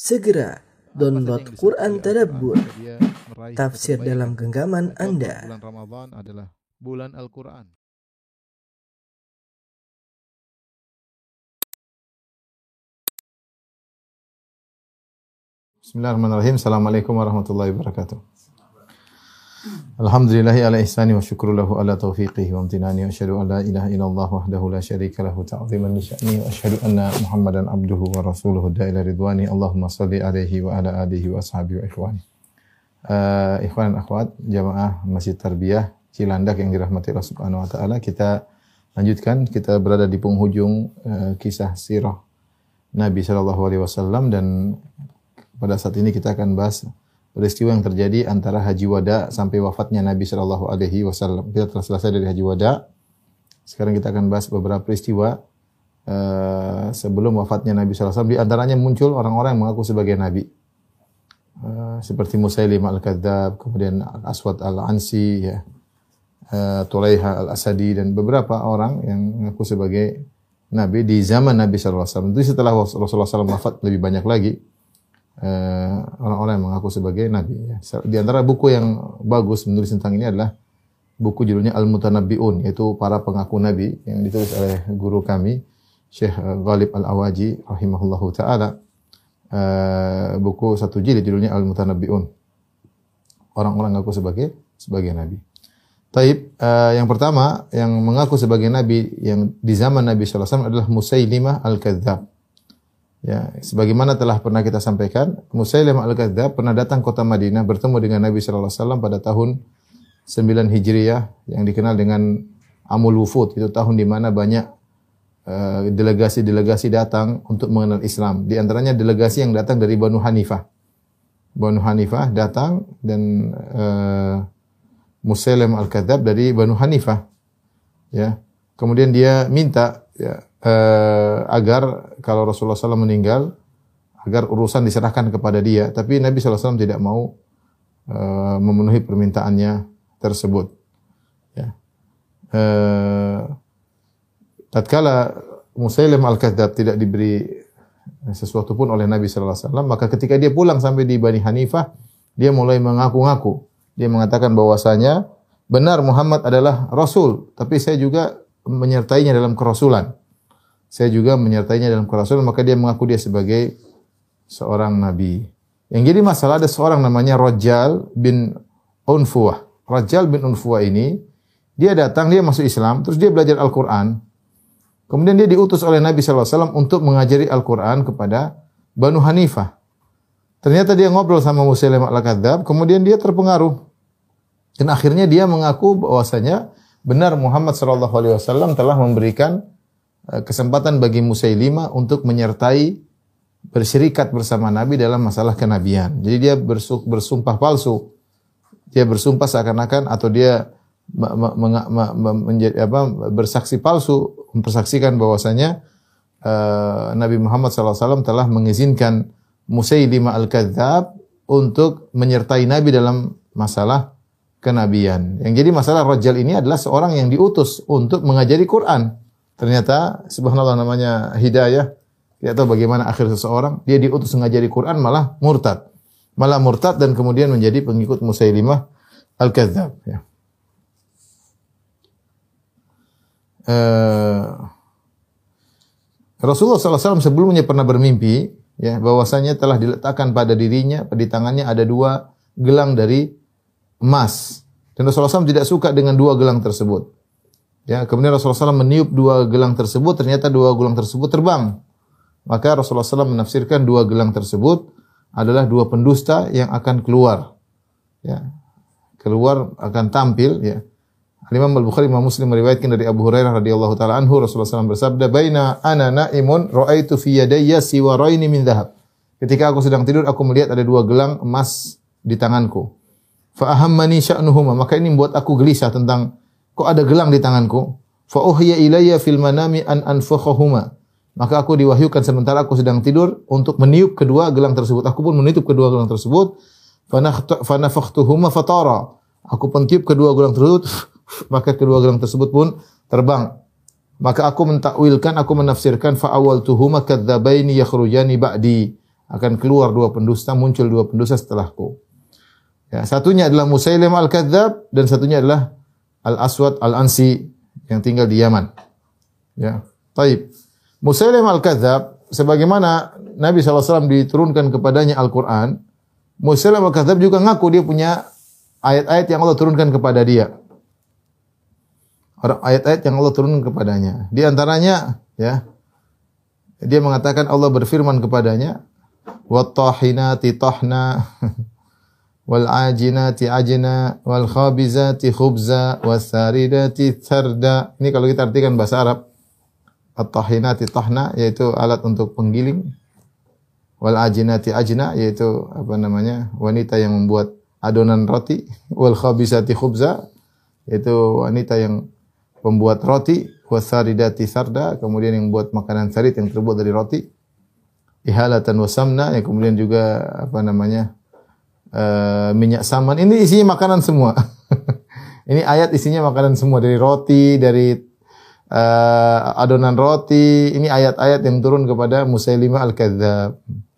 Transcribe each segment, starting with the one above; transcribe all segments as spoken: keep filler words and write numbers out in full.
Segera download Quran Tadabbur, tafsir dalam genggaman Anda. Bulan Ramadan adalah bulan Al-Quran. Bismillahirrahmanirrahim. Assalamualaikum warahmatullahi wabarakatuh. Alhamdulillahi ala ihsani wa syukru lahu ala taufiqihi wa amtinani wa asyhadu an la ilaha illallah wahdahu la syarika lahu ta'ziman li sya'ni wa asyhadu anna Muhammadan abduhu wa rasuluhu da'ila ridwani. Allahumma shalli alaihi wa ala alihi wa ashabihi wa ikhwani. Uh, ikhwan dan akhwat jamaah Masjid Tarbiyah Cilandak yang dirahmati Allah Subhanahu wa taala, kita lanjutkan. Kita berada di penghujung uh, kisah sirah Nabi sallallahu alaihi wasallam, dan pada saat ini kita akan bahas peristiwa yang terjadi antara Haji Wada sampai wafatnya Nabi sallallahu alaihi wasallam. Kita telah selesai dari Haji Wada. Sekarang kita akan bahas beberapa peristiwa uh, sebelum wafatnya Nabi sallallahu alaihi wasallam. Di antaranya muncul orang-orang yang mengaku sebagai Nabi. Uh, seperti Musailimah Al-Kadzdzab, kemudian Al-Aswad Al-Ansi, ya, uh, Tulaiha Al-Asadi, dan beberapa orang yang mengaku sebagai Nabi di zaman Nabi sallallahu alaihi wasallam. Itu setelah Rasulullah sallallahu alaihi wasallam wafat lebih banyak lagi Uh, orang-orang yang mengaku sebagai Nabi, ya. Di antara buku yang bagus menulis tentang ini adalah buku judulnya Al-Mutanabbi'un, yaitu para pengaku Nabi, yang ditulis oleh guru kami Syekh Ghalib Al-Awaji rahimahullahu ta'ala. Uh, buku satu jilid judulnya Al-Mutanabbi'un, orang-orang mengaku sebagai sebagai Nabi. Taib, uh, yang pertama yang mengaku sebagai Nabi yang di zaman Nabi sallallahu alaihi wasallam adalah Musailimah Al-Kadzdzab. Ya, sebagaimana telah pernah kita sampaikan, Musailimah Al-Kadzdzab pernah datang kota Madinah bertemu dengan Nabi sallallahu alaihi wasallam pada tahun sembilan Hijriah yang dikenal dengan Amul Wufud. Itu tahun di mana banyak uh, delegasi-delegasi datang untuk mengenal Islam. Di antaranya delegasi yang datang dari Banu Hanifah. Banu Hanifah datang, dan uh, Musailimah Al-Kadzdzab dari Banu Hanifah. Ya. Kemudian dia minta, ya, Uh, agar kalau Rasulullah sallallahu alaihi wasallam meninggal, agar urusan diserahkan kepada dia. Tapi Nabi sallallahu alaihi wasallam tidak mau uh, memenuhi permintaannya tersebut. Ya. Uh, tatkala Musailimah Al-Kadzdzab tidak diberi sesuatu pun oleh Nabi sallallahu alaihi wasallam, maka ketika dia pulang sampai di Bani Hanifah, dia mulai mengaku-ngaku. Dia mengatakan bahwasanya benar Muhammad adalah Rasul, tapi saya juga menyertainya dalam kerasulan. Saya juga menyertainya dalam kerasulan, maka dia mengaku dia sebagai seorang nabi. Yang jadi masalah, ada seorang namanya Rajal bin Unfuwah. Rajal bin Unfuwah ini, dia datang, dia masuk Islam, terus dia belajar Al-Quran. Kemudian dia diutus oleh Nabi sallallahu alaihi wasallam untuk mengajari Al-Quran kepada Banu Hanifah. Ternyata dia ngobrol sama Musailimah Al-Kadzdzab, kemudian dia terpengaruh. Dan akhirnya dia mengaku bahwasanya benar Muhammad sallallahu alaihi wasallam telah memberikan kesempatan bagi Musailimah untuk menyertai, berserikat bersama Nabi dalam masalah kenabian. Jadi dia bersumpah palsu. Dia bersumpah seakan-akan, atau dia me, me, me, me, me, menjadi, apa, bersaksi palsu, mempersaksikan bahwasanya uh, Nabi Muhammad sallallahu alaihi wasallam telah mengizinkan Musailimah Al-Kadzdzab untuk menyertai Nabi dalam masalah kenabian. Yang jadi masalah Rajal ini adalah seorang yang diutus untuk mengajari Quran. Ternyata subhanallah, namanya hidayah. Tidak tahu bagaimana akhir seseorang, dia diutus mengajari Quran malah murtad. Malah murtad dan kemudian menjadi pengikut Musailimah Al-Kadzdzab, ya. Uh, Rasulullah sallallahu alaihi wasallam sebelumnya pernah bermimpi, ya, bahwasanya telah diletakkan pada dirinya, di tangannya ada dua gelang dari emas. Dan Rasulullah sallallahu alaihi wasallam tidak suka dengan dua gelang tersebut. Ya, kemudian Rasulullah sallallahu alaihi wasallam meniup dua gelang tersebut, ternyata dua gelang tersebut terbang. Maka Rasulullah sallallahu alaihi wasallam menafsirkan dua gelang tersebut adalah dua pendusta yang akan keluar. Ya, keluar akan tampil, ya. Imam Al-Bukhari, Imam Muslim meriwayatkan dari Abu Hurairah radhiyallahu taala anhu, Rasulullah sallallahu alaihi wasallam bersabda, "Baina ana na'imun ra'aitu fi yadayya siwaraini min dhahab." Ketika aku sedang tidur, aku melihat ada dua gelang emas di tanganku. Fa ahammani sya'nuhuma, maka ini membuat aku gelisah tentang kok ada gelang di tanganku. Fa uhiya ilayya fil manami an anfakhahuma. Maka aku diwahyukan sementara aku sedang tidur untuk meniup kedua gelang tersebut. Aku pun meniup kedua gelang tersebut. Fa nafakhtuhuma fatara. Aku pun tiup kedua gelang tersebut, maka kedua gelang tersebut pun terbang. Maka aku mentakwilkan, aku menafsirkan fa awaltuhuma kadzabaini yakhrujani ba'di. akan keluar dua pendusta, muncul dua pendusta setelahku. Ya, satunya adalah Musailimah Al-Kadzdzab dan satunya adalah Al-Aswad Al-Ansi yang tinggal di Yaman. Ya, taib. Musailimah Al-Kadzdzab sebagaimana Nabi sallallahu alaihi wasallam diturunkan kepadanya Al-Qur'an, Musailimah Al-Kadzdzab juga ngaku dia punya ayat-ayat yang Allah turunkan kepada dia. Ayat-ayat yang Allah turunkan kepadanya. Di antaranya, ya, dia mengatakan Allah berfirman kepadanya, "Wat-tahinati tahna." wal ajinati ajna wal khabizati khubza wasaridati tharda. Ini kalau kita artikan bahasa Arab, at-tahinati tahna yaitu alat untuk penggiling, wal ajinati ajna yaitu apa namanya? wanita yang membuat adonan roti, wal khabizati khubza yaitu wanita yang pembuat roti, wasaridati sarda kemudian yang membuat makanan sarid yang terbuat dari roti, ihalatan wasamna yang kemudian juga apa namanya? Uh, minyak saman. Ini isinya makanan semua. Ini ayat isinya makanan semua, dari roti, dari uh, adonan roti. Ini ayat-ayat yang turun kepada Musailimah Al-Kadzdzab.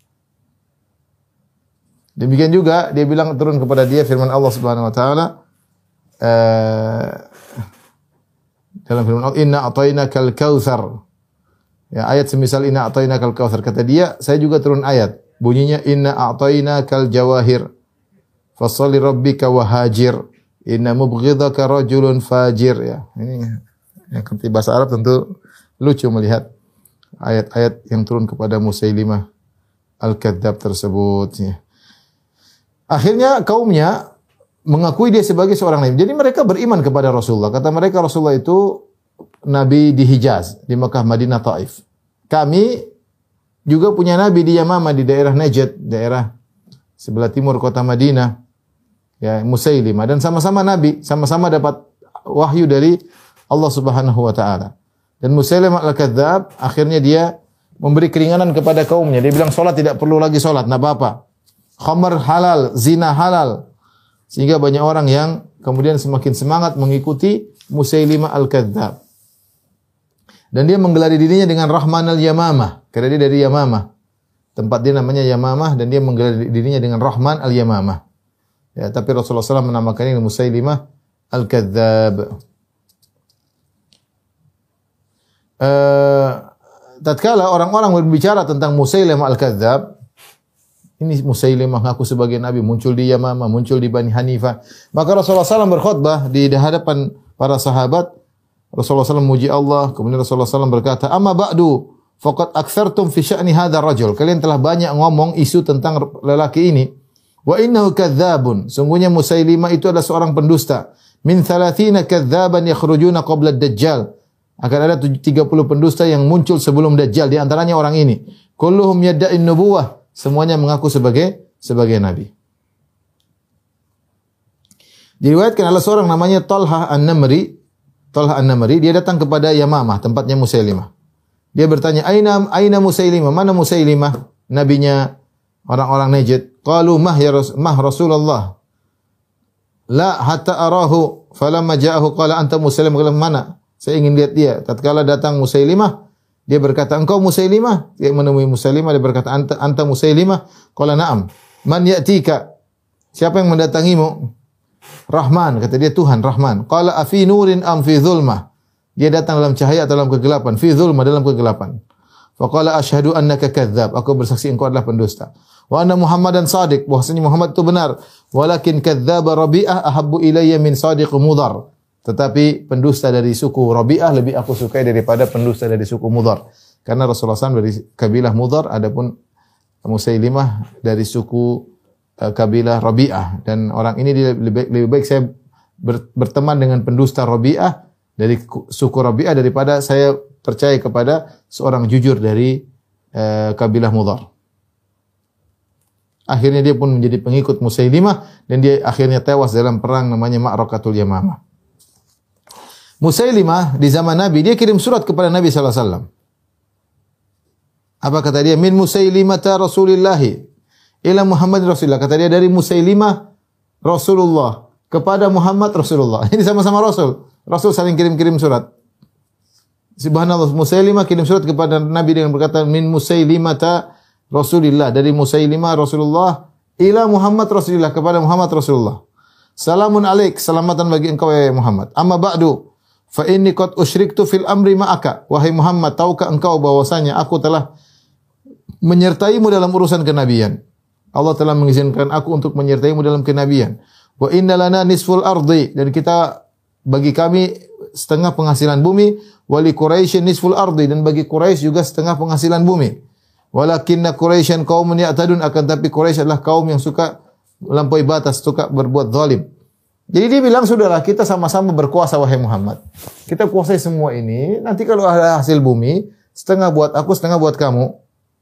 Demikian juga dia bilang turun kepada dia firman Allah Subhanahu wa taala uh, dalam firman Allah, "Inna a'tainakal kautsar." Ya, ayat semisal "Inna a'tainakal kautsar." Kata dia, saya juga turun ayat. Bunyinya "Inna a'tainakal jawahir." Fasholli rabbika wahajir, inna mubghidaka rajulun fajir. Ya, ini yang ngerti bahasa Arab tentu lucu melihat ayat-ayat yang turun kepada Musailimah Al-Kadzdzab tersebut. Ya. Akhirnya kaumnya mengakui dia sebagai seorang nabi. Jadi mereka beriman kepada Rasulullah. Kata mereka Rasulullah itu nabi di Hijaz, di Mekah, Madinah, Taif. Kami juga punya nabi di Yamamah, di daerah Najd, daerah sebelah timur kota Madinah. Ya, Musailimah, dan sama-sama nabi, sama-sama dapat wahyu dari Allah Subhanahu wa taala. Dan Musailimah Al-Kadzdzab akhirnya dia memberi keringanan kepada kaumnya. Dia bilang salat tidak perlu lagi salat, enggak apa-apa. Khamar halal, zina halal. Sehingga banyak orang yang kemudian semakin semangat mengikuti Musailimah Al-Kadzdzab. Dan dia menggelari dirinya dengan Rahman Al-Yamamah, karena dia dari Yamamah. Tempat dia namanya Yamamah dan dia menggelari dirinya dengan Rahman Al-Yamamah. Ya, tapi Rasulullah shallallahu alaihi wasallam menamakannya Musailimah Al-Kadzdzab. Uh, tatkala orang-orang berbicara tentang Musailimah Al-Kadzdzab, ini Musailimah ngaku sebagai nabi, muncul di Yamamah, muncul di Bani Hanifah. Maka Rasulullah shallallahu alaihi wasallam berkhutbah di hadapan para sahabat. Rasulullah shallallahu alaihi wasallam memuji Allah. Kemudian Rasulullah shallallahu alaihi wasallam berkata, "Amma ba'du, faqad aktsartum fi sya'ni hadzal rajul." Kalian telah banyak ngomong isu tentang lelaki ini. Wa innahu kadzdzabun. Sungguhnya Musailimah itu adalah seorang pendusta. Min thalathina kadzdzaban yakhrujuna qabla ad-dajjal. Akan ada tiga puluh pendusta yang muncul sebelum Dajjal, di antaranya orang ini. Kulluhum yadda'in nubuwah. Semuanya mengaku sebagai sebagai nabi. Diriwayatkan ada seorang namanya Talhah An-Namri. Talhah An-Namri, dia datang kepada Yamamah, tempatnya Musailimah. Dia bertanya, "Aina aina Musailimah? Mana Musailimah?" Nabinya orang-orang Najd. Qalu mah ya Ras mah Rasulullah. La hatta arahu falamma ja'ahu qala anta Musailimah. Mana? Saya ingin lihat dia. Tatkala datang Musailimah, dia berkata, "Engkau Musailimah?" Dia menemui Musailimah, dia berkata, "Anta anta Musailimah?" Qala na'am. "Man ya'tika?" Siapa yang mendatangimu? Rahman, kata dia, Tuhan Rahman. Qala afi nurin am fi zulmah? Dia datang dalam cahaya atau dalam kegelapan? Fi zulmah, dalam kegelapan. Faqala asyhadu annaka kadzdzab. Aku bersaksi engkau adalah pendusta. Wa anna Muhammadan shadiq. Bahwasanya Muhammad itu benar. Walakin kadzdzaba Rabi'ah ahabbu ilayya min shadiq Mudhar. Tetapi pendusta dari suku Rabi'ah lebih aku sukai daripada pendusta dari suku Mudhar. Karena Rasulullah shallallahu alaihi wasallam dari kabilah Mudhar, adapun Musailimah dari suku uh, kabilah Rabi'ah. Dan orang ini lebih baik, lebih baik saya berteman dengan pendusta Rabi'ah dari suku Rabi'ah daripada saya percaya kepada seorang jujur dari uh, kabilah Mudhar. Akhirnya dia pun menjadi pengikut Musailimah dan dia akhirnya tewas dalam perang namanya Ma'rakatul Yamamah. Musailimah di zaman Nabi, dia kirim surat kepada Nabi sallallahu alaihi wasallam. Apa kata dia? Min Musailimata Rasulillahi ila Muhammad Rasulullah. Kata dia dari Musailimah Rasulullah kepada Muhammad Rasulullah. Ini sama-sama Rasul. Rasul saling kirim-kirim surat. Subhanallah, Musailimah kirim surat kepada Nabi dengan berkata min Musailimata Rasulillah, dari Musailimah Rasulullah ila Muhammad Rasulillah, kepada Muhammad Rasulullah. Salamun alaik, selamatan bagi engkau ya Muhammad. Amma ba'du, fa inni qad usyriktu fil amri ma'aka. Wahai Muhammad, tahukah engkau bahwasanya aku telah menyertaimu dalam urusan kenabian. Allah telah mengizinkan aku untuk menyertaimu dalam kenabian. Wa inna lana nisful ardi, dan kita, bagi kami setengah penghasilan bumi, wali Quraisy nisful ardi, dan bagi Quraisy juga setengah penghasilan bumi. Walakinna Quraisyan qaumun ya'tadun, akan tapi Quraisy adalah kaum yang suka melampaui batas, suka berbuat zalim. Jadi dia bilang, sudahlah kita sama-sama berkuasa wahai Muhammad. Kita kuasai semua ini, nanti kalau ada hasil bumi, setengah buat aku, setengah buat kamu.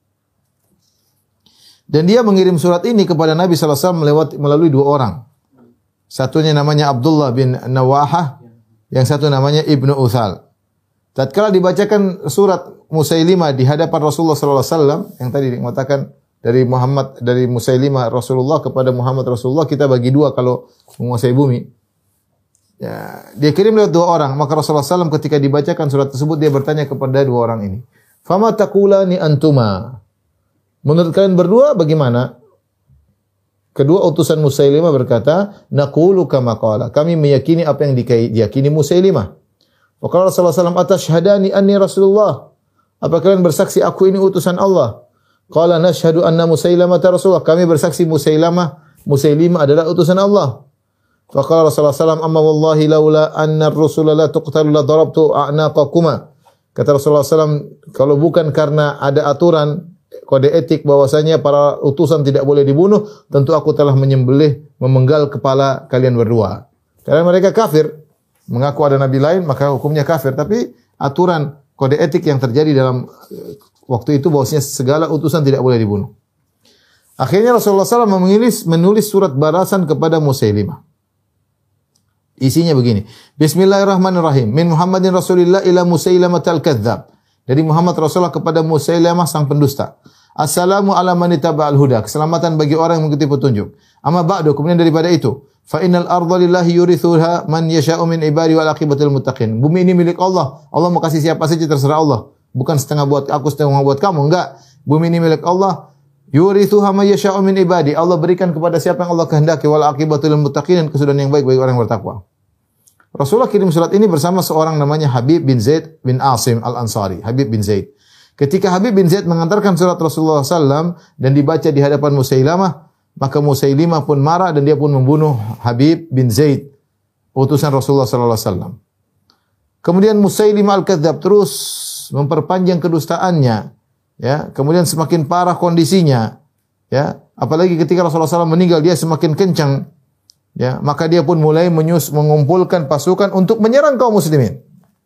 Dan dia mengirim surat ini kepada Nabi sallallahu alaihi wasallam melewati melalui dua orang. Satunya namanya Abdullah bin Nawahah, yang satu namanya Ibnu Uthal. Tatkala dibacakan surat Musailimah di hadapan Rasulullah sallallahu alaihi wasallam yang tadi dikatakan dari Muhammad dari Musailimah Rasulullah kepada Muhammad Rasulullah, kita bagi dua kalau menguasai bumi. Ya, dia kirim lewat dua orang, maka Rasulullah sallallahu alaihi wasallam ketika dibacakan surat tersebut dia bertanya kepada dua orang ini, "Fama taqulani antuma?" Menurut kalian berdua bagaimana? Kedua utusan Musailimah berkata, "Naqulu kama qala." Kami meyakini apa yang diyakini Musailimah. Wa Rasulullah sallallahu alaihi wasallam, "Atashhadani anni Rasulullah?" Apa kalian bersaksi aku ini utusan Allah? Qala nashhadu anna Musailamah Rasulullah. Kami bersaksi Musailamah Musailimah adalah utusan Allah. Fa qala Rasulullah sallallahu alaihi wasallam, "Amma wallahi laula anna ar-rusula la tuqtalu la darabtu a'naqakuma." Kata Rasulullah sallallahu alaihi wasallam, kalau bukan karena ada aturan kode etik bahwasanya para utusan tidak boleh dibunuh, tentu aku telah menyembelih, memenggal kepala kalian berdua. Karena mereka kafir. Mengaku ada nabi lain, maka hukumnya kafir. Tapi aturan kode etik yang terjadi dalam waktu itu bahwasanya segala utusan tidak boleh dibunuh. Akhirnya Rasulullah sallallahu alaihi wasallam menulis, menulis surat balasan kepada Musailimah. Isinya begini. Bismillahirrahmanirrahim. Min Muhammadin Rasulillah ila Musailamah al-Kadzdzab. Dari Muhammad Rasulullah kepada Musailamah sang pendusta. Assalamu ala man ittaba'al huda. Keselamatan bagi orang yang mengikuti petunjuk. Amma ba'du, kemudian daripada itu, fa innal arda lillahi yurithuha man yasha'u min ibadi wal aqibatul muttaqin. Bumi ini milik Allah. Allah mau kasih siapa saja terserah Allah. Bukan setengah buat aku, setengah buat kamu. Enggak. Bumi ini milik Allah. Yurithuha man yasha'u min ibadi. Allah berikan kepada siapa yang Allah kehendaki, wal aqibatul muttaqin, dan kesudahan yang baik bagi orang yang bertakwa. Rasulullah kirim surat ini bersama seorang namanya Habib bin Zaid bin Asim al-Ansari. Habib bin Zaid. Ketika Habib bin Zaid mengantarkan surat Rasulullah sallallahu alaihi wasallam dan dibaca di hadapan Musailamah, maka Musailimah pun marah dan dia pun membunuh Habib bin Zaid, utusan Rasulullah sallallahu alaihi wasallam. Kemudian Musailimah al-Kadzdzab terus memperpanjang kedustaannya, ya. Kemudian semakin parah kondisinya, ya. Apalagi ketika Rasulullah sallallahu alaihi wasallam meninggal, dia semakin kencang, ya. Maka dia pun mulai menyus mengumpulkan pasukan untuk menyerang kaum muslimin.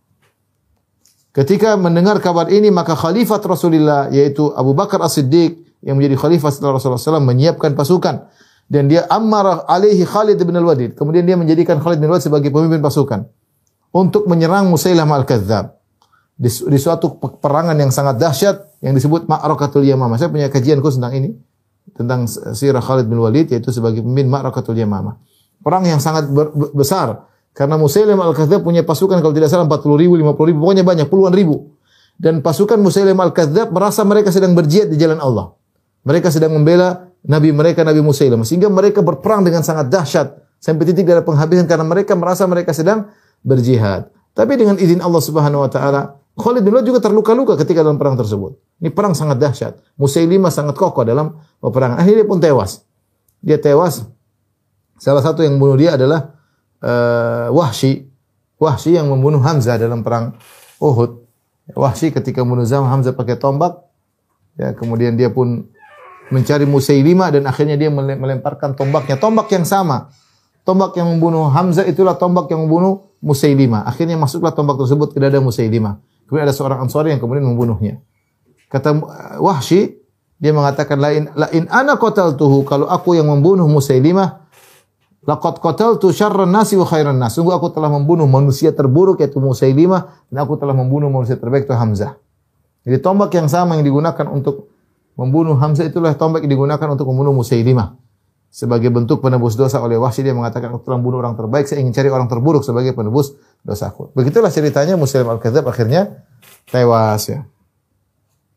Ketika mendengar kabar ini, maka khalifat Rasulullah, yaitu Abu Bakar As-Siddiq, yang menjadi khalifah setelah Rasulullah sallallahu alaihi wasallam, menyiapkan pasukan. Dan dia ammar alaihi Khalid bin al-Walid. Kemudian dia menjadikan Khalid bin al-Walid sebagai pemimpin pasukan untuk menyerang Musailamah al-Kadzdzab. Di, di suatu peperangan yang sangat dahsyat yang disebut Ma'rakatul Yamamah. Saya punya kajian khusus tentang ini, tentang sirah Khalid bin al-Walid, yaitu sebagai pemimpin Ma'rakatul Yamamah. Perang yang sangat ber, besar. Karena Musailamah al-Kadzdzab punya pasukan kalau tidak salah empat puluh ribu, lima puluh ribu, pokoknya banyak, puluhan ribu. Dan pasukan Musailamah al-Kadzdzab merasa mereka sedang berjihad di jalan Allah. Mereka sedang membela Nabi mereka, Nabi Musailamah. Sehingga mereka berperang dengan sangat dahsyat. Sampai titik dari penghabisan karena mereka merasa mereka sedang berjihad. Tapi dengan izin Allah Subhanahu Wa Taala, Khalid bin Walid juga terluka-luka ketika dalam perang tersebut. Ini perang sangat dahsyat. Musailimah sangat kokoh dalam peperangan. Akhirnya dia pun tewas. Dia tewas. Salah satu yang membunuh dia adalah Uh, Wahsy, Wahsy yang membunuh Hamzah dalam perang Uhud. Wahsy ketika membunuh Hamzah pakai tombak, ya, kemudian dia pun mencari Musailimah dan akhirnya dia melemparkan tombaknya, tombak yang sama. Tombak yang membunuh Hamzah itulah tombak yang membunuh Musailimah. Akhirnya masuklah tombak tersebut ke dada Musailimah. Kemudian ada seorang Ansari yang kemudian membunuhnya. Kata Wahsy, dia mengatakan, la in, la in ana qataltuhu, kalau aku yang membunuh Musailimah, laqad qataltu syarran nasi wa khairan nas. Sungguh aku telah membunuh manusia terburuk yaitu Musailimah dan aku telah membunuh manusia terbaik itu Hamzah. Jadi tombak yang sama yang digunakan untuk membunuh Hamzah itulah tombak yang digunakan untuk membunuh Musailimah. Sebagai bentuk penebus dosa oleh Wahsy, dia mengatakan aku telah membunuh orang terbaik, saya ingin cari orang terburuk sebagai penebus dosaku. Begitulah ceritanya Musailimah al-Kadzdzab akhirnya tewas, ya.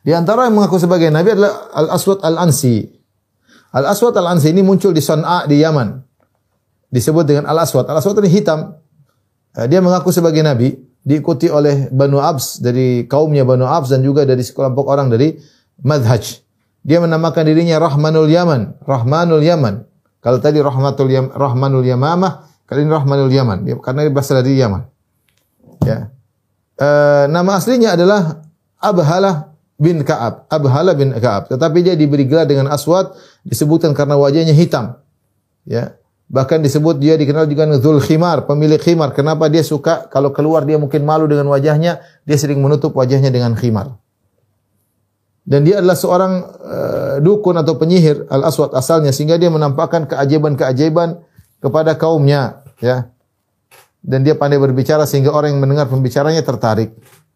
Di antara yang mengaku sebagai nabi adalah Al-Aswad Al-Ansi. Al-Aswad Al-Ansi ini muncul di Sana'a di Yaman. Disebut dengan Al-Aswad. Al-Aswad ini hitam. Dia mengaku sebagai nabi, diikuti oleh Banu Abs dari kaumnya Banu Abs dan juga dari sekelompok orang dari Madhaj. Dia menamakan dirinya Rahmanul Yaman, Rahmanul Yaman. Kalau tadi Rahmatul Yam, Rahmanul Yamamah, kali ini Rahmanul Yaman. Dia, karena dia berasal dari Yaman. Ya. E, nama aslinya adalah Abhalah bin Ka'ab, Abhalah bin Ka'ab. Tetapi dia diberi gelar dengan Aswad disebutkan karena wajahnya hitam. Ya. Bahkan disebut dia dikenal juga dengan Dzul Khimar, pemilik khimar. Kenapa dia suka kalau keluar dia mungkin malu dengan wajahnya, dia sering menutup wajahnya dengan khimar. Dan dia adalah seorang uh, dukun atau penyihir Al-Aswad asalnya, sehingga dia menampakkan keajaiban-keajaiban kepada kaumnya, ya. Dan dia pandai berbicara sehingga orang yang mendengar pembicaranya tertarik.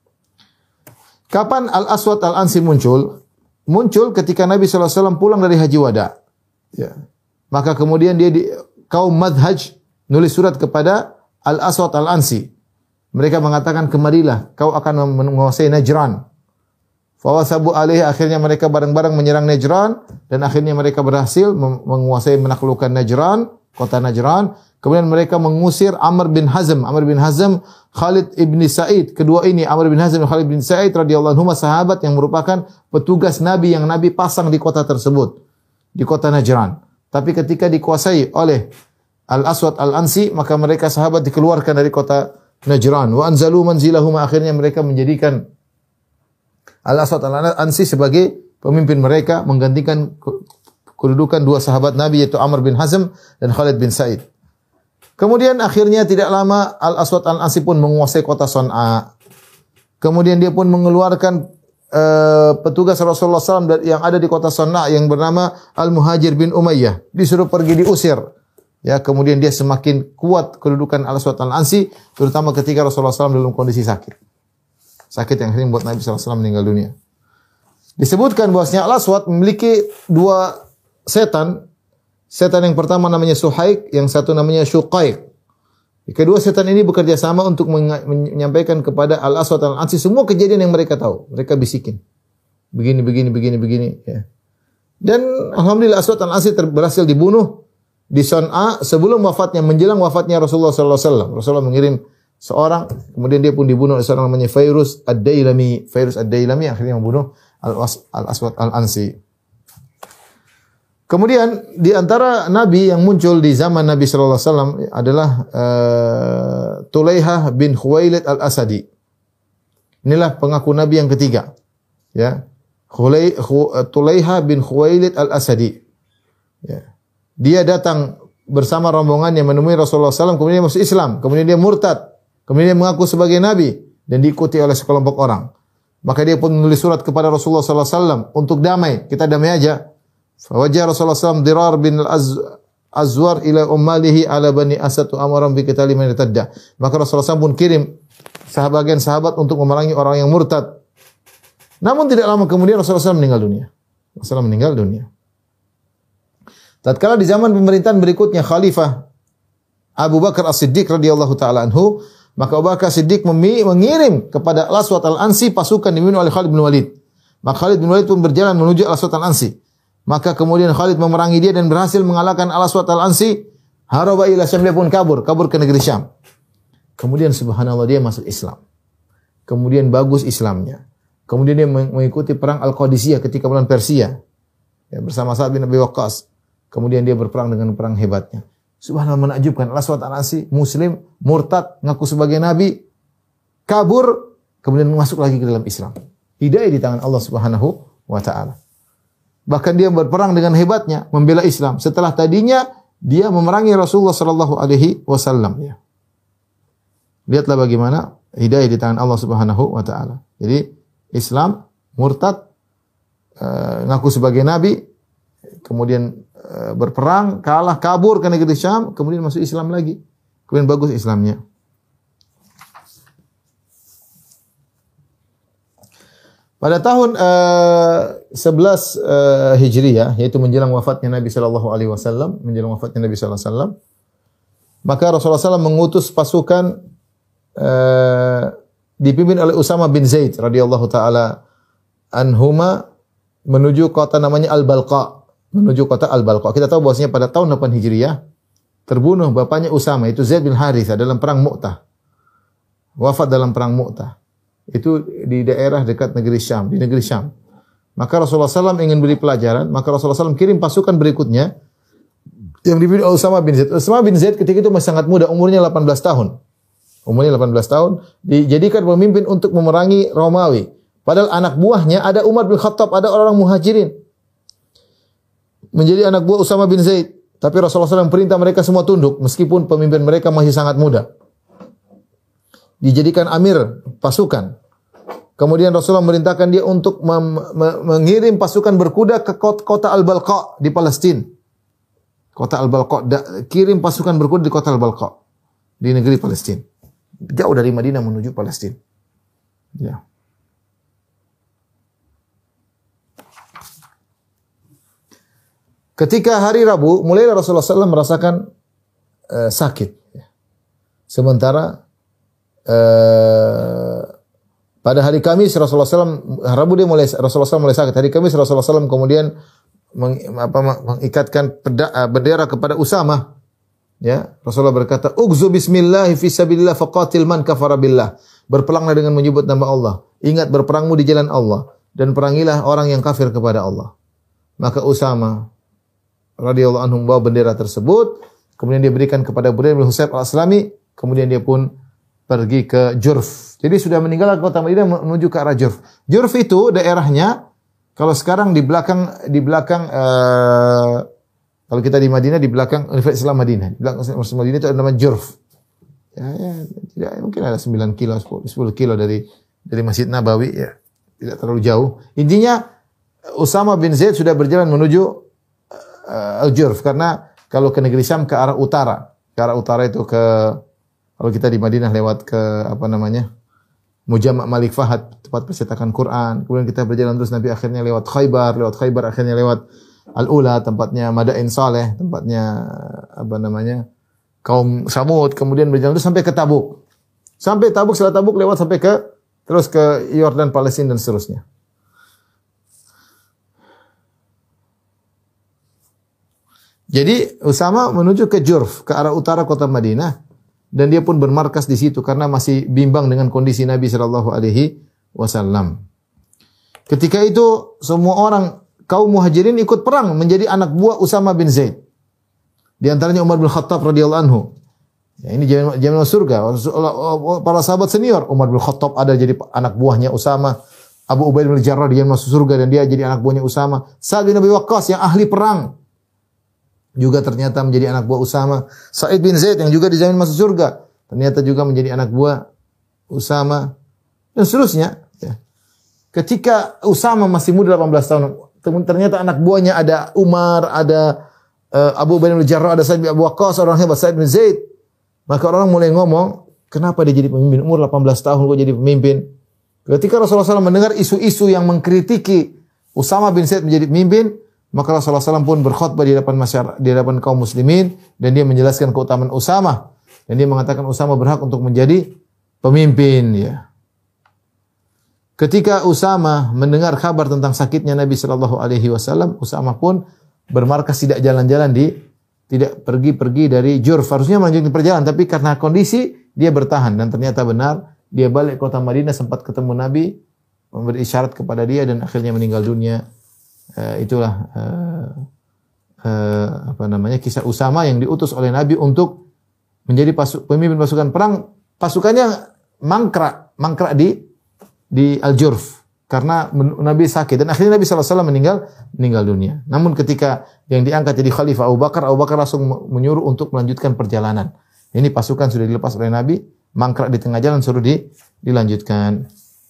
Kapan Al-Aswad Al-Ansi muncul? Muncul ketika Nabi sallallahu alaihi wasallam pulang dari Haji Wada. Ya. Maka kemudian dia di kaum Madhaj nulis surat kepada Al-Aswad Al-Ansi. Mereka mengatakan, kemarilah, kau akan menguasai Najran. Fawasabu alaih, akhirnya mereka bareng-bareng menyerang Najran dan akhirnya mereka berhasil menguasai menaklukkan Najran, kota Najran. Kemudian mereka mengusir Amr bin Hazm, Amr bin Hazm, Khalid ibn Sa'id. Kedua ini Amr bin Hazm dan Khalid bin Sa'id radhiyallahu anhum sahabat yang merupakan petugas Nabi yang Nabi pasang di kota tersebut, di kota Najran. Tapi ketika dikuasai oleh Al-Aswad Al-Ansi, maka mereka sahabat dikeluarkan dari kota Najran. Wa anzalu manzilahum, akhirnya mereka menjadikan Al-Aswad Al-Ansi sebagai pemimpin mereka, menggantikan kedudukan dua sahabat Nabi yaitu Amr bin Hazm dan Khalid bin Sa'id. Kemudian akhirnya tidak lama Al-Aswad Al-Ansi pun menguasai kota Sana'a. Kemudian dia pun mengeluarkan uh, petugas Rasulullah sallallahu alaihi wasallam yang ada di kota Sana'a yang bernama Al-Muhajir bin Umayyah. Disuruh pergi diusir. Ya, kemudian dia semakin kuat kedudukan Al-Aswad Al-Ansi, terutama ketika Rasulullah sallallahu alaihi wasallam dalam kondisi sakit. Sakit yang akhirnya membuat Nabi sallallahu alaihi wasallam meninggal dunia. Disebutkan bahwasanya Al-Aswad memiliki dua setan. Setan yang pertama namanya Suhaik, yang satu namanya Syuqaiq. Kedua setan ini bekerja sama untuk menyampaikan kepada Al-Aswad Al-Ansi semua kejadian yang mereka tahu. Mereka bisikin. Begini, begini, begini, begini. Ya. Dan Alhamdulillah Aswad Al-Ansi berhasil dibunuh di Sana'a sebelum wafatnya, menjelang wafatnya Rasulullah sallallahu alaihi wasallam. Rasulullah mengirim seorang, kemudian dia pun dibunuh oleh seorang namanya Fairuz Ad-Dailami. Fairuz Ad-Dailami akhirnya membunuh Al-Aswad Al-Ansi. Kemudian di antara nabi yang muncul di zaman Nabi sallallahu alaihi wasallam adalah uh, Tulaihah bin Khuwailid Al-Asadi. Inilah pengaku nabi yang ketiga. Ya. Khulai, khu, Tulaihah bin Khuwailid Al-Asadi. Ya. Dia datang bersama rombongan yang menemui Rasulullah sallallahu alaihi wasallam, kemudian dia masuk Islam, kemudian dia murtad, kemudian dia mengaku sebagai nabi dan diikuti oleh sekelompok orang. Maka dia pun menulis surat kepada Rasulullah sallallahu alaihi wasallam untuk damai, kita damai aja. Fawajah Rasulullah sallallahu alaihi wasallam Dirar bin Al-Azwar ila ummalihi ala bani Asad wa amaram bi qitali man irtadda. Maka Rasulullah sallallahu alaihi wasallam pun kirim sebagian sahabat untuk memerangi orang yang murtad. Namun tidak lama kemudian Rasulullah sallallahu alaihi wasallam meninggal dunia. Rasulullah meninggal dunia. Tatkala di zaman pemerintahan berikutnya Khalifah Abu Bakar As-Siddiq radhiyallahu taala anhu, maka Abu Bakar As-Siddiq mengirim kepada Al-Aswad Al-Ansi pasukan dipimpin oleh Khalid bin Walid. Maka Khalid bin Walid pun berjalan menuju Al-Aswad Al-Ansi. Maka kemudian Khalid memerangi dia dan berhasil mengalahkan Al-Aswad Al-Ansi. Haraba ila Syam, dia pun kabur, kabur ke negeri Syam. Kemudian subhanallah dia masuk Islam. Kemudian bagus Islamnya. Kemudian dia mengikuti perang Al-Qadisiyah ketika melawan Persia. Ya, bersama Sa'ad bin Abi Waqqas. Kemudian dia berperang dengan perang hebatnya. Subhanallah menakjubkan. Al-Aswad Al-Ansi muslim, murtad, ngaku sebagai nabi, kabur, kemudian masuk lagi ke dalam Islam. Hidayah di tangan Allah Subhanahu wa taala. Bahkan dia berperang dengan hebatnya membela Islam. Setelah tadinya dia memerangi Rasulullah sallallahu alaihi wasallam. Ya. Lihatlah bagaimana hidayah di tangan Allah Subhanahu wa taala. Jadi Islam, murtad, uh, ngaku sebagai nabi, kemudian uh, berperang, kalah, kabur ke negeri Syam, kemudian masuk Islam lagi. Kemudian bagus Islamnya. Pada tahun uh, sebelas uh, Hijriyah, yaitu menjelang wafatnya Nabi sallallahu alaihi wasallam, menjelang wafatnya Nabi sallallahu alaihi wasallam, maka Rasulullah sallallahu alaihi wasallam mengutus pasukan uh, dipimpin oleh Usama bin Zaid radhiyallahu taala anhuma menuju kota namanya Al-Balqa, menuju kota Al-Balqa. Kita tahu bahwasanya pada tahun delapan Hijriah terbunuh bapaknya Usama, itu Zaid bin Harithah dalam perang Mu'tah. Wafat dalam perang Mu'tah. Itu di daerah dekat negeri Syam, di negeri Syam. Maka Rasulullah shallallahu alaihi wasallam ingin beri pelajaran, maka Rasulullah shallallahu alaihi wasallam kirim pasukan berikutnya yang dipimpin oleh Usama bin Zaid. Usama bin Zaid ketika itu masih sangat muda, umurnya delapan belas tahun. Umurnya delapan belas tahun, dijadikan pemimpin untuk memerangi Romawi. Padahal anak buahnya ada Umar bin Khattab, ada orang Muhajirin. Menjadi anak buah Usama bin Zaid. Tapi Rasulullah shallallahu alaihi wasallam perintah mereka semua tunduk, meskipun pemimpin mereka masih sangat muda. Dijadikan amir pasukan. Kemudian Rasulullah memerintahkan dia untuk mengirim pasukan berkuda ke kota Al-Balqa di Palestina. Kota Al-Balqa, kirim pasukan berkuda di kota Al-Balqa di negeri Palestina. Jauh dari Madinah menuju Palestina. Ya. Ketika hari Rabu, mulailah Rasulullah shallallahu alaihi wasallam merasakan uh, sakit. Sementara uh, pada hari Kamis Rasulullah shallallahu alaihi wasallam, Rabu dia mulai Rasulullah shallallahu alaihi wasallam mulai sakit. Hari Kamis Rasulullah shallallahu alaihi wasallam kemudian meng, apa, mengikatkan peda, uh, bendera kepada Usama. Ya, Rasulullah berkata, "Ughzu bismillah fi sabilillah faqatil man kafara billah." Berperanglah dengan menyebut nama Allah. Ingat berperangmu di jalan Allah dan perangilah orang yang kafir kepada Allah. Maka Usama radhiyallahu anhu membawa bendera tersebut, kemudian dia berikan kepada Buraid bin Husayb al-Aslami, kemudian dia pun pergi ke Jurf. Jadi sudah meninggal kota Madinah menuju ke arah Jurf. Jurf itu daerahnya kalau sekarang di belakang di belakang uh, kalau kita di Madinah di belakang Universitas Islam Madinah. Di belakang Universitas Madinah itu ada nama Jurf. Ya, ya, tidak mungkin ada sembilan kilo, sepuluh kilo dari dari Masjid Nabawi ya. Tidak terlalu jauh. Intinya Usama bin Zaid sudah berjalan menuju Uh, Al-Jurf, karena kalau ke negeri Syam ke arah utara, ke arah utara itu ke, kalau kita di Madinah lewat ke apa namanya Mujama' Malik Fahad, tempat percetakan Quran. Kemudian kita berjalan terus nanti akhirnya lewat Khaybar, lewat Khaybar akhirnya lewat Al-Ula, tempatnya Madain Saleh, tempatnya apa namanya kaum Samud. Kemudian berjalan terus sampai ke Tabuk, sampai Tabuk, setelah Tabuk lewat sampai ke terus ke Yordan, Palestina dan seterusnya. Jadi Usama menuju ke Jurf, ke arah utara kota Madinah, dan dia pun bermarkas di situ karena masih bimbang dengan kondisi Nabi Shallallahu Alaihi Wasallam. Ketika itu semua orang kaum Muhajirin ikut perang menjadi anak buah Usama bin Zaid. Di antaranya Umar bin Khattab radhiyallahu anhu. Ya, ini zaman zaman surga. Para sahabat senior, Umar bin Khattab ada jadi anak buahnya Usama. Abu Ubaidah bin Jarrah dia masuk surga dan dia jadi anak buahnya Usama. Sa'ad bin Abi Waqqas yang ahli perang juga ternyata menjadi anak buah Usama. Sa'id bin Zaid yang juga dijamin masuk surga, ternyata juga menjadi anak buah Usama. Dan seterusnya. Ya. Ketika Usama masih muda delapan belas tahun, ternyata anak buahnya ada Umar, ada uh, Abu Ubaidah bin Jarrah, ada Sa'id bin Abi Waqqas, orang hebat Sa'id bin Zaid. Maka orang mulai ngomong, kenapa dia jadi pemimpin? Umur delapan belas tahun kok jadi pemimpin? Ketika Rasulullah shallallahu alaihi wasallam mendengar isu-isu yang mengkritiki Usama bin Zaid menjadi pemimpin, maka Rasulullah shallallahu alaihi wasallam pun berkhutbah di hadapan masyarakat, di hadapan kaum muslimin, dan dia menjelaskan keutamaan Usama, dan dia mengatakan Usama berhak untuk menjadi pemimpin. Ya. Ketika Usama mendengar kabar tentang sakitnya Nabi Shallallahu Alaihi Wasallam, Usama pun bermarkas, tidak jalan-jalan di, tidak pergi-pergi dari Jurf. Harusnya melanjutkan perjalanan, tapi karena kondisi dia bertahan, dan ternyata benar dia balik kota Madinah, sempat ketemu Nabi, memberi isyarat kepada dia, dan akhirnya meninggal dunia. Uh, itulah uh, uh, apa namanya kisah Usama yang diutus oleh Nabi untuk menjadi pasuk, pemimpin pasukan perang. Pasukannya mangkrak, mangkrak di di Al-Jurf karena Nabi sakit, dan akhirnya Nabi shallallahu alaihi wasallam meninggal meninggal dunia. Namun ketika yang diangkat jadi khalifah Abu Bakar, Abu Bakar langsung menyuruh untuk melanjutkan perjalanan. Ini pasukan sudah dilepas oleh Nabi, mangkrak di tengah jalan, suruh di, dilanjutkan.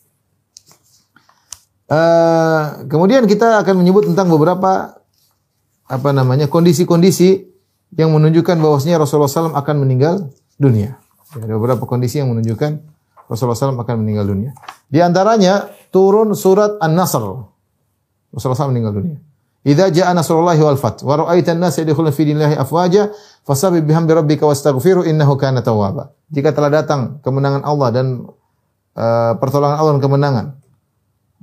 Uh, kemudian kita akan menyebut tentang beberapa apa namanya kondisi-kondisi yang menunjukkan bahwasanya Rasulullah shallallahu alaihi wasallam akan meninggal dunia. Ada beberapa kondisi yang menunjukkan Rasulullah shallallahu alaihi wasallam akan meninggal dunia. Di antaranya turun surat An-Nasr. Rasulullah shallallahu alaihi wasallam meninggal dunia. Idza jaa nasrullahi wal fath wa ra'aita an-nasa yadkhuluna fi dinillahi afwaja fasabbih bihamdi rabbika wastaghfirhu innahu kana tawwaba. Jika telah datang kemenangan Allah dan uh, pertolongan Allah dan kemenangan,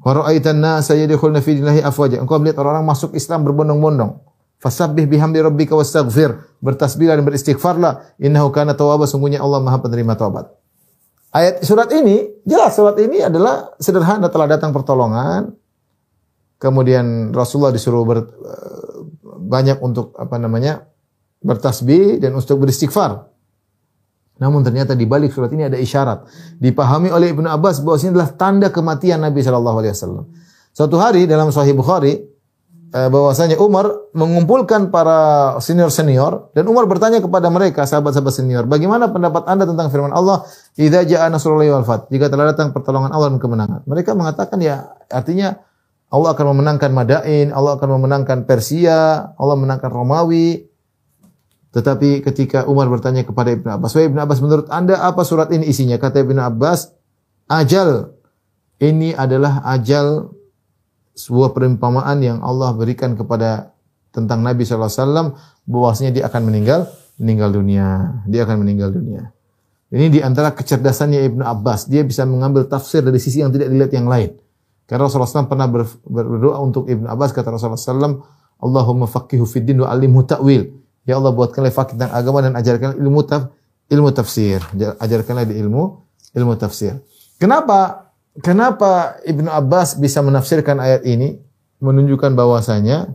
Wa ra'aitan nasa yadkhuluna fi dinillahi afwaja. Engkau melihat orang-orang masuk Islam berbondong-bondong. Fasabbih bihamdi rabbika wastaghfir. Bertasbihlah dan beristighfarlah. Innahu kana tawwaba, sungguhnya Allah Maha penerima taubat. Ayat surat ini, jelas surat ini adalah sederhana, telah datang pertolongan. Kemudian Rasulullah disuruh ber, banyak untuk apa namanya? bertasbih dan untuk beristighfar. Namun ternyata di balik surat ini ada isyarat. Dipahami oleh Ibnu Abbas bahwa ini adalah tanda kematian Nabi sallallahu alaihi wasallam. Suatu hari dalam Sahih Bukhari bahwasanya Umar mengumpulkan para senior-senior dan Umar bertanya kepada mereka, sahabat-sahabat senior, bagaimana pendapat Anda tentang firman Allah, "Idza jaa nasrullahi wal fath," jika telah datang pertolongan Allah dan kemenangan. Mereka mengatakan ya artinya Allah akan memenangkan Madain, Allah akan memenangkan Persia, Allah memenangkan Romawi. Tetapi ketika Umar bertanya kepada Ibnu Abbas, "Wahai Ibnu Abbas, menurut Anda apa surat ini isinya?" Kata Ibnu Abbas, "Ajal. Ini adalah ajal, sebuah perumpamaan yang Allah berikan kepada tentang Nabi sallallahu alaihi wasallam bahwasanya dia akan meninggal meninggal dunia. Dia akan meninggal dunia." Ini di antara kecerdasannya Ibnu Abbas, dia bisa mengambil tafsir dari sisi yang tidak dilihat yang lain. Karena Rasulullah sallallahu alaihi wasallam pernah berdoa untuk Ibnu Abbas, kata Rasulullah sallallahu alaihi wasallam, "Allahumma faqihhu fid din wa 'allimhu ta'wil." Ya Allah, buatkanlah faqih tentang agama dan ajarkanlah ilmu taf, ilmu tafsir. Ajarkanlah di ilmu ilmu tafsir. Kenapa Kenapa Ibnu Abbas bisa menafsirkan ayat ini menunjukkan bahwasanya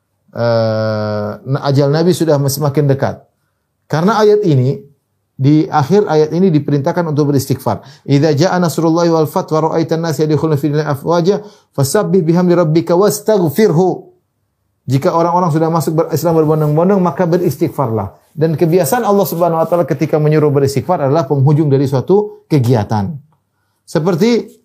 uh, ajal Nabi sudah semakin dekat. Karena ayat ini di akhir ayat ini diperintahkan untuk beristighfar. Idza jaa nasrullahi wal fath wa ra'aitan nasa yadkhuluna fi dinillahi afwaja fasabbih bihamdi rabbika wastaghfirhu. Jika orang-orang sudah masuk berislam berbondong-bondong maka beristighfarlah. Dan kebiasaan Allah Subhanahu wa taala ketika menyuruh beristighfar adalah penghujung dari suatu kegiatan. Seperti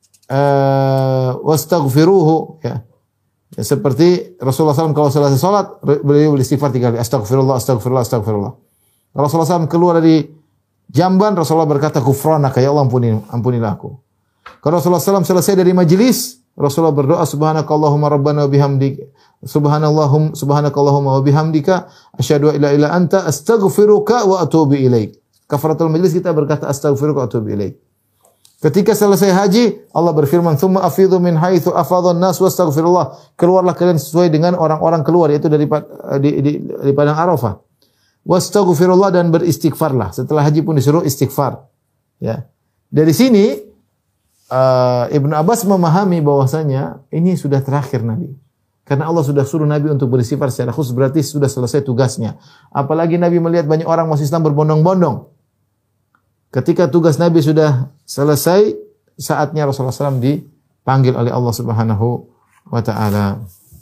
Uh, wastaghfiruhu ya. Ya, seperti Rasulullah sallallahu alaihi wasallam kalau selesai salat beliau beristighfar tiga kali, astaghfirullah astaghfirullah astaghfirullah. Rasulullah sallallahu alaihi wasallam keluar dari jamban, Rasulullah berkata ghufranaka, ya Allah ampuni ampunilah aku. Kalau Rasulullah sallallahu alaihi wasallam selesai dari majelis, Rasulullah berdoa subhanakallahumma rabbana wa bihamdika subhanallahum subhanakallahumma wa bihamdika asyhadu an la ilaha illa anta astaghfiruka wa atubu ilaik. Kafaratul majlis kita berkata astaghfiruka wa atubu ilaik. Ketika selesai haji, Allah berfirman, "Tsumma afidhu min haitsu afadhan nas wastaghfirullah." Keluarlah kalian sesuai dengan orang-orang keluar, yaitu dari di, di, di padang Arafah. Wastaghfirullah, dan beristighfarlah. Setelah haji pun disuruh istighfar. Ya. Dari sini uh, Ibnu Abbas memahami bahwasanya ini sudah terakhir Nabi. Karena Allah sudah suruh Nabi untuk beristighfar secara khusus, berarti sudah selesai tugasnya. Apalagi Nabi melihat banyak orang masuk Islam berbondong-bondong. Ketika tugas Nabi sudah selesai, saatnya Rasulullah shallallahu alaihi wasallam dipanggil oleh Allah Subhanahu wa taala.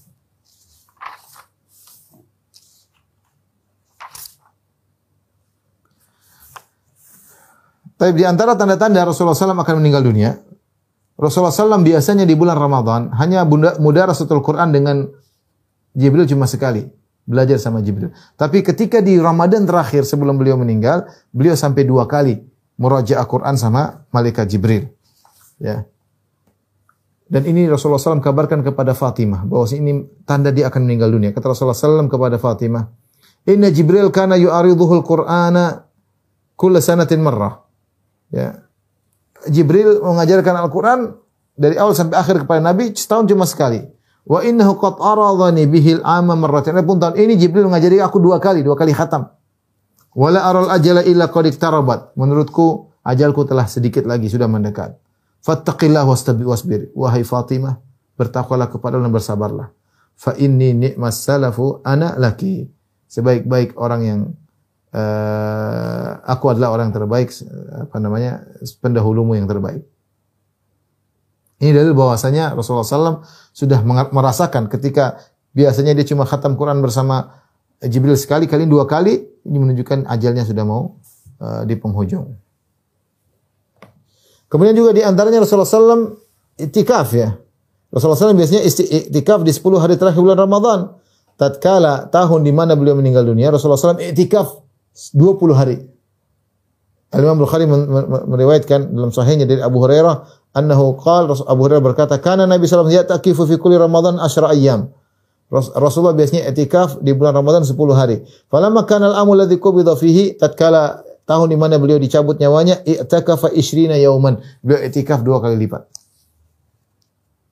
Tapi di antara tanda-tanda Rasulullah shallallahu alaihi wasallam akan meninggal dunia, Rasulullah shallallahu alaihi wasallam biasanya di bulan Ramadan hanya mudarasatul Quran dengan Jibril cuma sekali, belajar sama Jibril. Tapi ketika di Ramadan terakhir sebelum beliau meninggal, beliau sampai dua kali murajaah Quran sama malaikat Jibril. Ya. Dan ini Rasulullah shallallahu alaihi wasallam kabarkan kepada Fatimah bahwa ini tanda dia akan meninggal dunia. Kata Rasulullah shallallahu alaihi wasallam kepada Fatimah, "Inna Jibril kana yu'ariduhul Qur'ana kulla sanatin marrah." Ya. Jibril mengajarkan Al-Qur'an dari awal sampai akhir kepada Nabi setahun cuma sekali. Wa innahu qad aradhani bihil ama marratan. Pun tahun ini Jibril mengajari aku dua kali, dua kali khatam. Wala aral ajala illa qad iktarabat. Menurutku ajalku telah sedikit lagi sudah mendekat. Fattaqillah wastabi wasbir. Wahai Fatimah, bertakwalah kepada Allah dan bersabarlah. Fa inni ni'mas salafu ana laki. Sebaik-baik orang yang uh, aku adalah orang terbaik, apa namanya, pendahulumu yang terbaik. Ini dalil bahwasanya Rasulullah shallallahu alaihi wasallam sudah merasakan ketika biasanya dia cuma khatam Quran bersama Jibril sekali, kali dua kali, ini menunjukkan ajalnya sudah mau uh, di penghujung. Kemudian juga di antaranya Rasulullah shallallahu alaihi wasallam iktikaf ya. Rasulullah shallallahu alaihi wasallam biasanya iktikaf di sepuluh hari terakhir bulan Ramadan. Tatkala tahun di mana beliau meninggal dunia, Rasulullah shallallahu alaihi wasallam iktikaf dua puluh hari. Al-Imam Bukhari meriwayatkan dalam sahihnya dari Abu Hurairah, annahu qala, Abu Hurairah berkata, "Kana Nabi sallallahu alaihi wasallam ya'takifu fi kulli Ramadan asyra ayyam." Rasulullah biasanya i'tikaf di bulan Ramadan sepuluh hari. Falamma kana al-amul ladzi qubida fihi, tatkala tahun di mana beliau dicabut nyawanya, i'takafa ishrina yauman. Beliau i'tikaf dua kali lipat.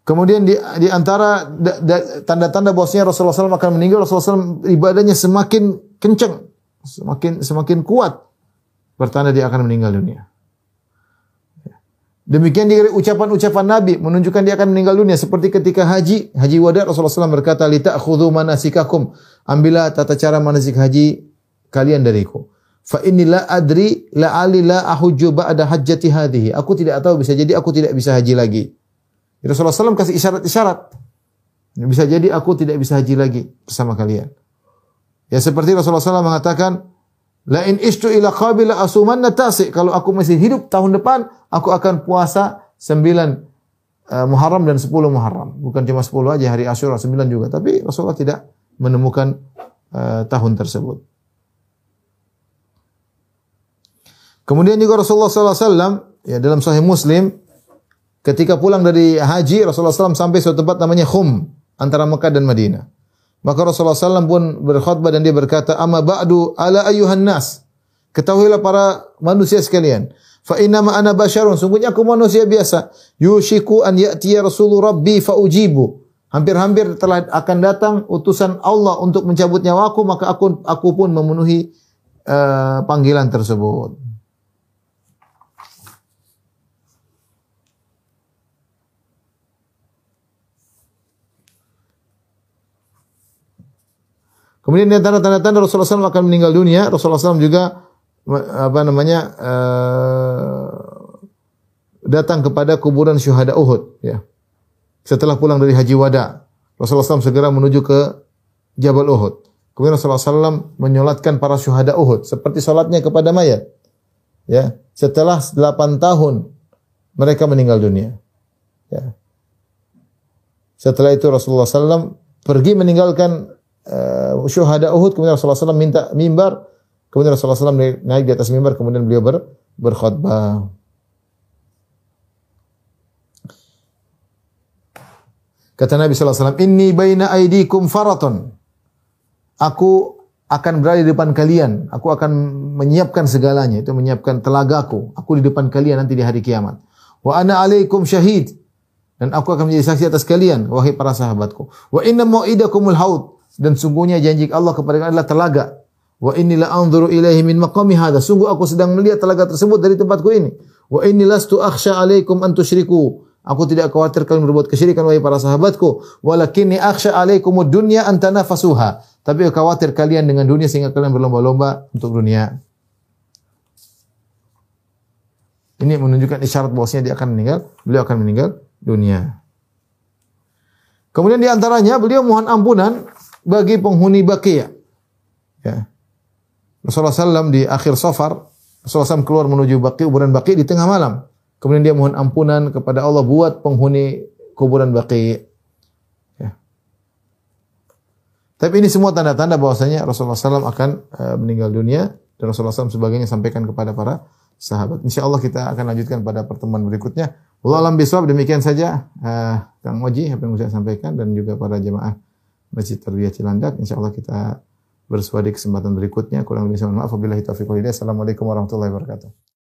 Kemudian di, di antara da, da, tanda-tanda bahwasanya Rasulullah shallallahu alaihi wasallam akan meninggal, Rasulullah shallallahu alaihi wasallam ibadahnya semakin kencang, semakin semakin kuat, bertanda dia akan meninggal dunia. Demikian juga ucapan-ucapan Nabi menunjukkan dia akan meninggal dunia. Seperti ketika haji, haji wada Rasulullah shallallahu alaihi wasallam berkata, "Lita'khudhu manasikakum." Ambillah tata cara manasik haji kalian dariku. Fa inni la adri la'ali la ahujju ba'da hajjati hadhihi. Aku tidak tahu, bisa jadi aku tidak bisa haji lagi. Rasulullah shallallahu alaihi wasallam kasih isyarat-isyarat. Bisa jadi aku tidak bisa haji lagi bersama kalian. Ya seperti Rasulullah shallallahu alaihi wasallam mengatakan, la in ishtu ila qabila asumanna tasi. Kalau aku masih hidup tahun depan, aku akan puasa sembilan uh, Muharram dan sepuluh Muharram. Bukan cuma sepuluh aja, hari Asyura sembilan juga. Tapi Rasulullah tidak menemukan uh, tahun tersebut. Kemudian juga Rasulullah shallallahu alaihi wasallam ya dalam Sahih Muslim ketika pulang dari haji, Rasulullah shallallahu alaihi wasallam sampai suatu tempat namanya Khum antara Mekah dan Madinah. Maka Rasulullah shallallahu alaihi wasallam pun berkhutbah dan dia berkata, "Amma ba'du ala ayyuhan nas." Ketahuilah para manusia sekalian, fa inna ma ana basyarun, sungguhnya aku manusia biasa. Yushiku an ya'tiya rasulu rabbi fa ujibu. Hampir-hampir telah akan datang utusan Allah untuk mencabut nyawaku, maka aku aku pun memenuhi uh, panggilan tersebut. Kemudian di antara tanda-tanda Rasulullah shallallahu alaihi wasallam akan meninggal dunia, Rasulullah shallallahu alaihi wasallam juga apa namanya uh, datang kepada kuburan syuhada Uhud. Ya. Setelah pulang dari haji wada, Rasulullah shallallahu alaihi wasallam segera menuju ke Jabal Uhud. Kemudian Rasulullah shallallahu alaihi wasallam menyolatkan para syuhada Uhud seperti solatnya kepada mayat. Ya. Setelah delapan tahun mereka meninggal dunia. Ya. Setelah itu Rasulullah shallallahu alaihi wasallam pergi meninggalkan Uh, syuhada Uhud, kemudian Rasulullah shallallahu alaihi wasallam minta mimbar, kemudian Rasulullah shallallahu alaihi wasallam naik di atas mimbar, kemudian beliau ber, berkhutbah. Kata Nabi shallallahu alaihi wasallam, "Inni baina aidikum faraton." Aku akan berada di depan kalian, aku akan menyiapkan segalanya, itu menyiapkan telagaku, aku di depan kalian nanti di hari kiamat. Wa ana alaikum syahid, dan aku akan menjadi saksi atas kalian, wahai para sahabatku. Wa inna mau'idakumul haud, dan sungguhnya janji Allah kepada kalian adalah telaga. Wa inni la anzuru ilaihi min maqami hadza. Sungguh aku sedang melihat telaga tersebut dari tempatku ini. Wa inni lastu akhsha alaikum an tusyriku. Aku tidak khawatir kalian berbuat kesyirikan wahai para sahabatku. Walakinni akhsha alaikumud dunya an tanafasuha. Tapi aku khawatir kalian dengan dunia sehingga kalian berlomba-lomba untuk dunia. Ini menunjukkan isyarat bahwasanya dia akan meninggal, beliau akan meninggal dunia. Kemudian di antaranya beliau mohon ampunan bagi penghuni Baqi'. Ya. Rasulullah shallallahu alaihi wasallam di akhir Safar, Rasulullah shallallahu alaihi wasallam keluar menuju Baqi', kuburan Baqi' di tengah malam. Kemudian dia mohon ampunan kepada Allah buat penghuni kuburan Baqi'. Ya. Tapi ini semua tanda-tanda bahwasanya Rasulullah shallallahu alaihi wasallam akan uh, meninggal dunia, dan Rasulullah shallallahu alaihi wasallam sebagainya sampaikan kepada para sahabat. Insyaallah kita akan lanjutkan pada pertemuan berikutnya. Wallahu a'lam bishawab. Demikian saja uh, Kang Oji apa yang saya sampaikan, dan juga para jemaah Masjid Tarbiyah Cilandak. Insyaallah kita bersua di kesempatan berikutnya. Kurang lebih mohon maaf. Wabillahi taufiq wal hidayah. Assalamualaikum warahmatullahi wabarakatuh.